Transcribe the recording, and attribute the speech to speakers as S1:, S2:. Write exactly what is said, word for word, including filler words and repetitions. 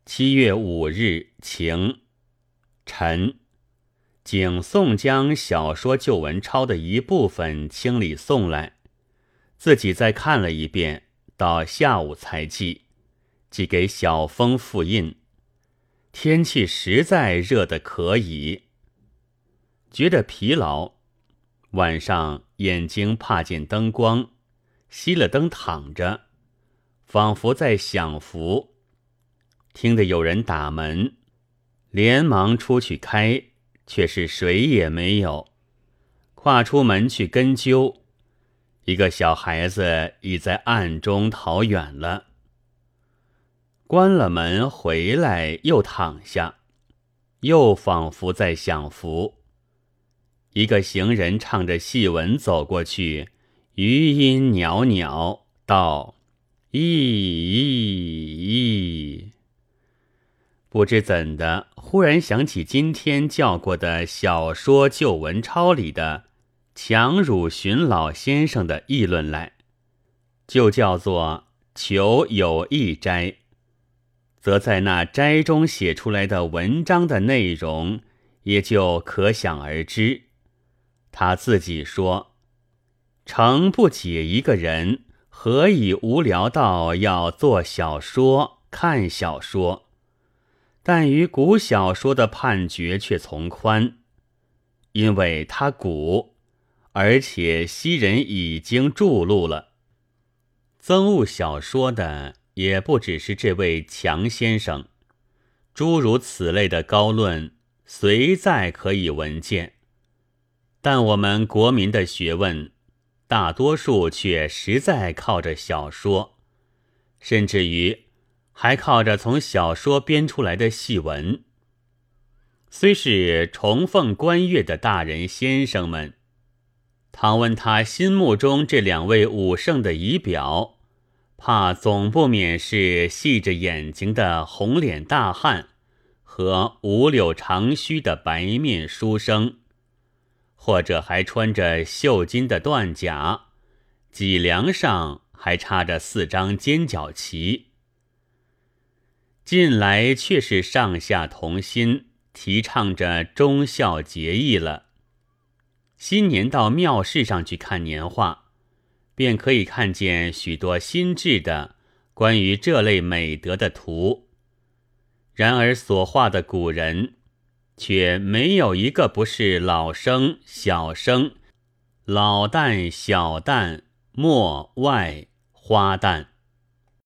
S1: 七月五日晴，晨，景送将小说旧文抄的一部分清理送来，自己再看了一遍，到下午才寄，寄给小峰复印。天气实在热得可以，觉得疲劳，晚上眼睛怕见灯光，熄了灯躺着，仿佛在享福。听得有人打门，连忙出去开，却是谁也没有。跨出门去跟究，一个小孩子已在暗中逃远了。关了门回来，又躺下，又仿佛在享福。一个行人唱着戏文走过去，余音袅袅道：咿咿咿。不知怎的，忽然想起今天叫过的小说旧文抄里的强汝寻老先生的议论来，就叫做求有一斋，则在那斋中写出来的文章的内容也就可想而知。他自己说，诚不解一个人何以无聊到要做小说看小说，但于古小说的判决却从宽，因为它古，而且昔人已经著录了。憎恶小说的也不只是这位强先生，诸如此类的高论随在可以闻见，但我们国民的学问大多数却实在靠着小说，甚至于还靠着从小说编出来的戏文。虽是崇奉官乐的大人先生们，倘问他心目中这两位武圣的仪表，怕总不免是细着眼睛的红脸大汉和五柳长须的白面书生，或者还穿着绣金的缎甲，脊梁上还插着四张尖角旗。近来却是上下同心，提倡着忠孝节义了。新年到庙市上去看年画，便可以看见许多新制的关于这类美德的图。然而所画的古人，却没有一个不是老生、小生、老旦、小旦、末外花旦。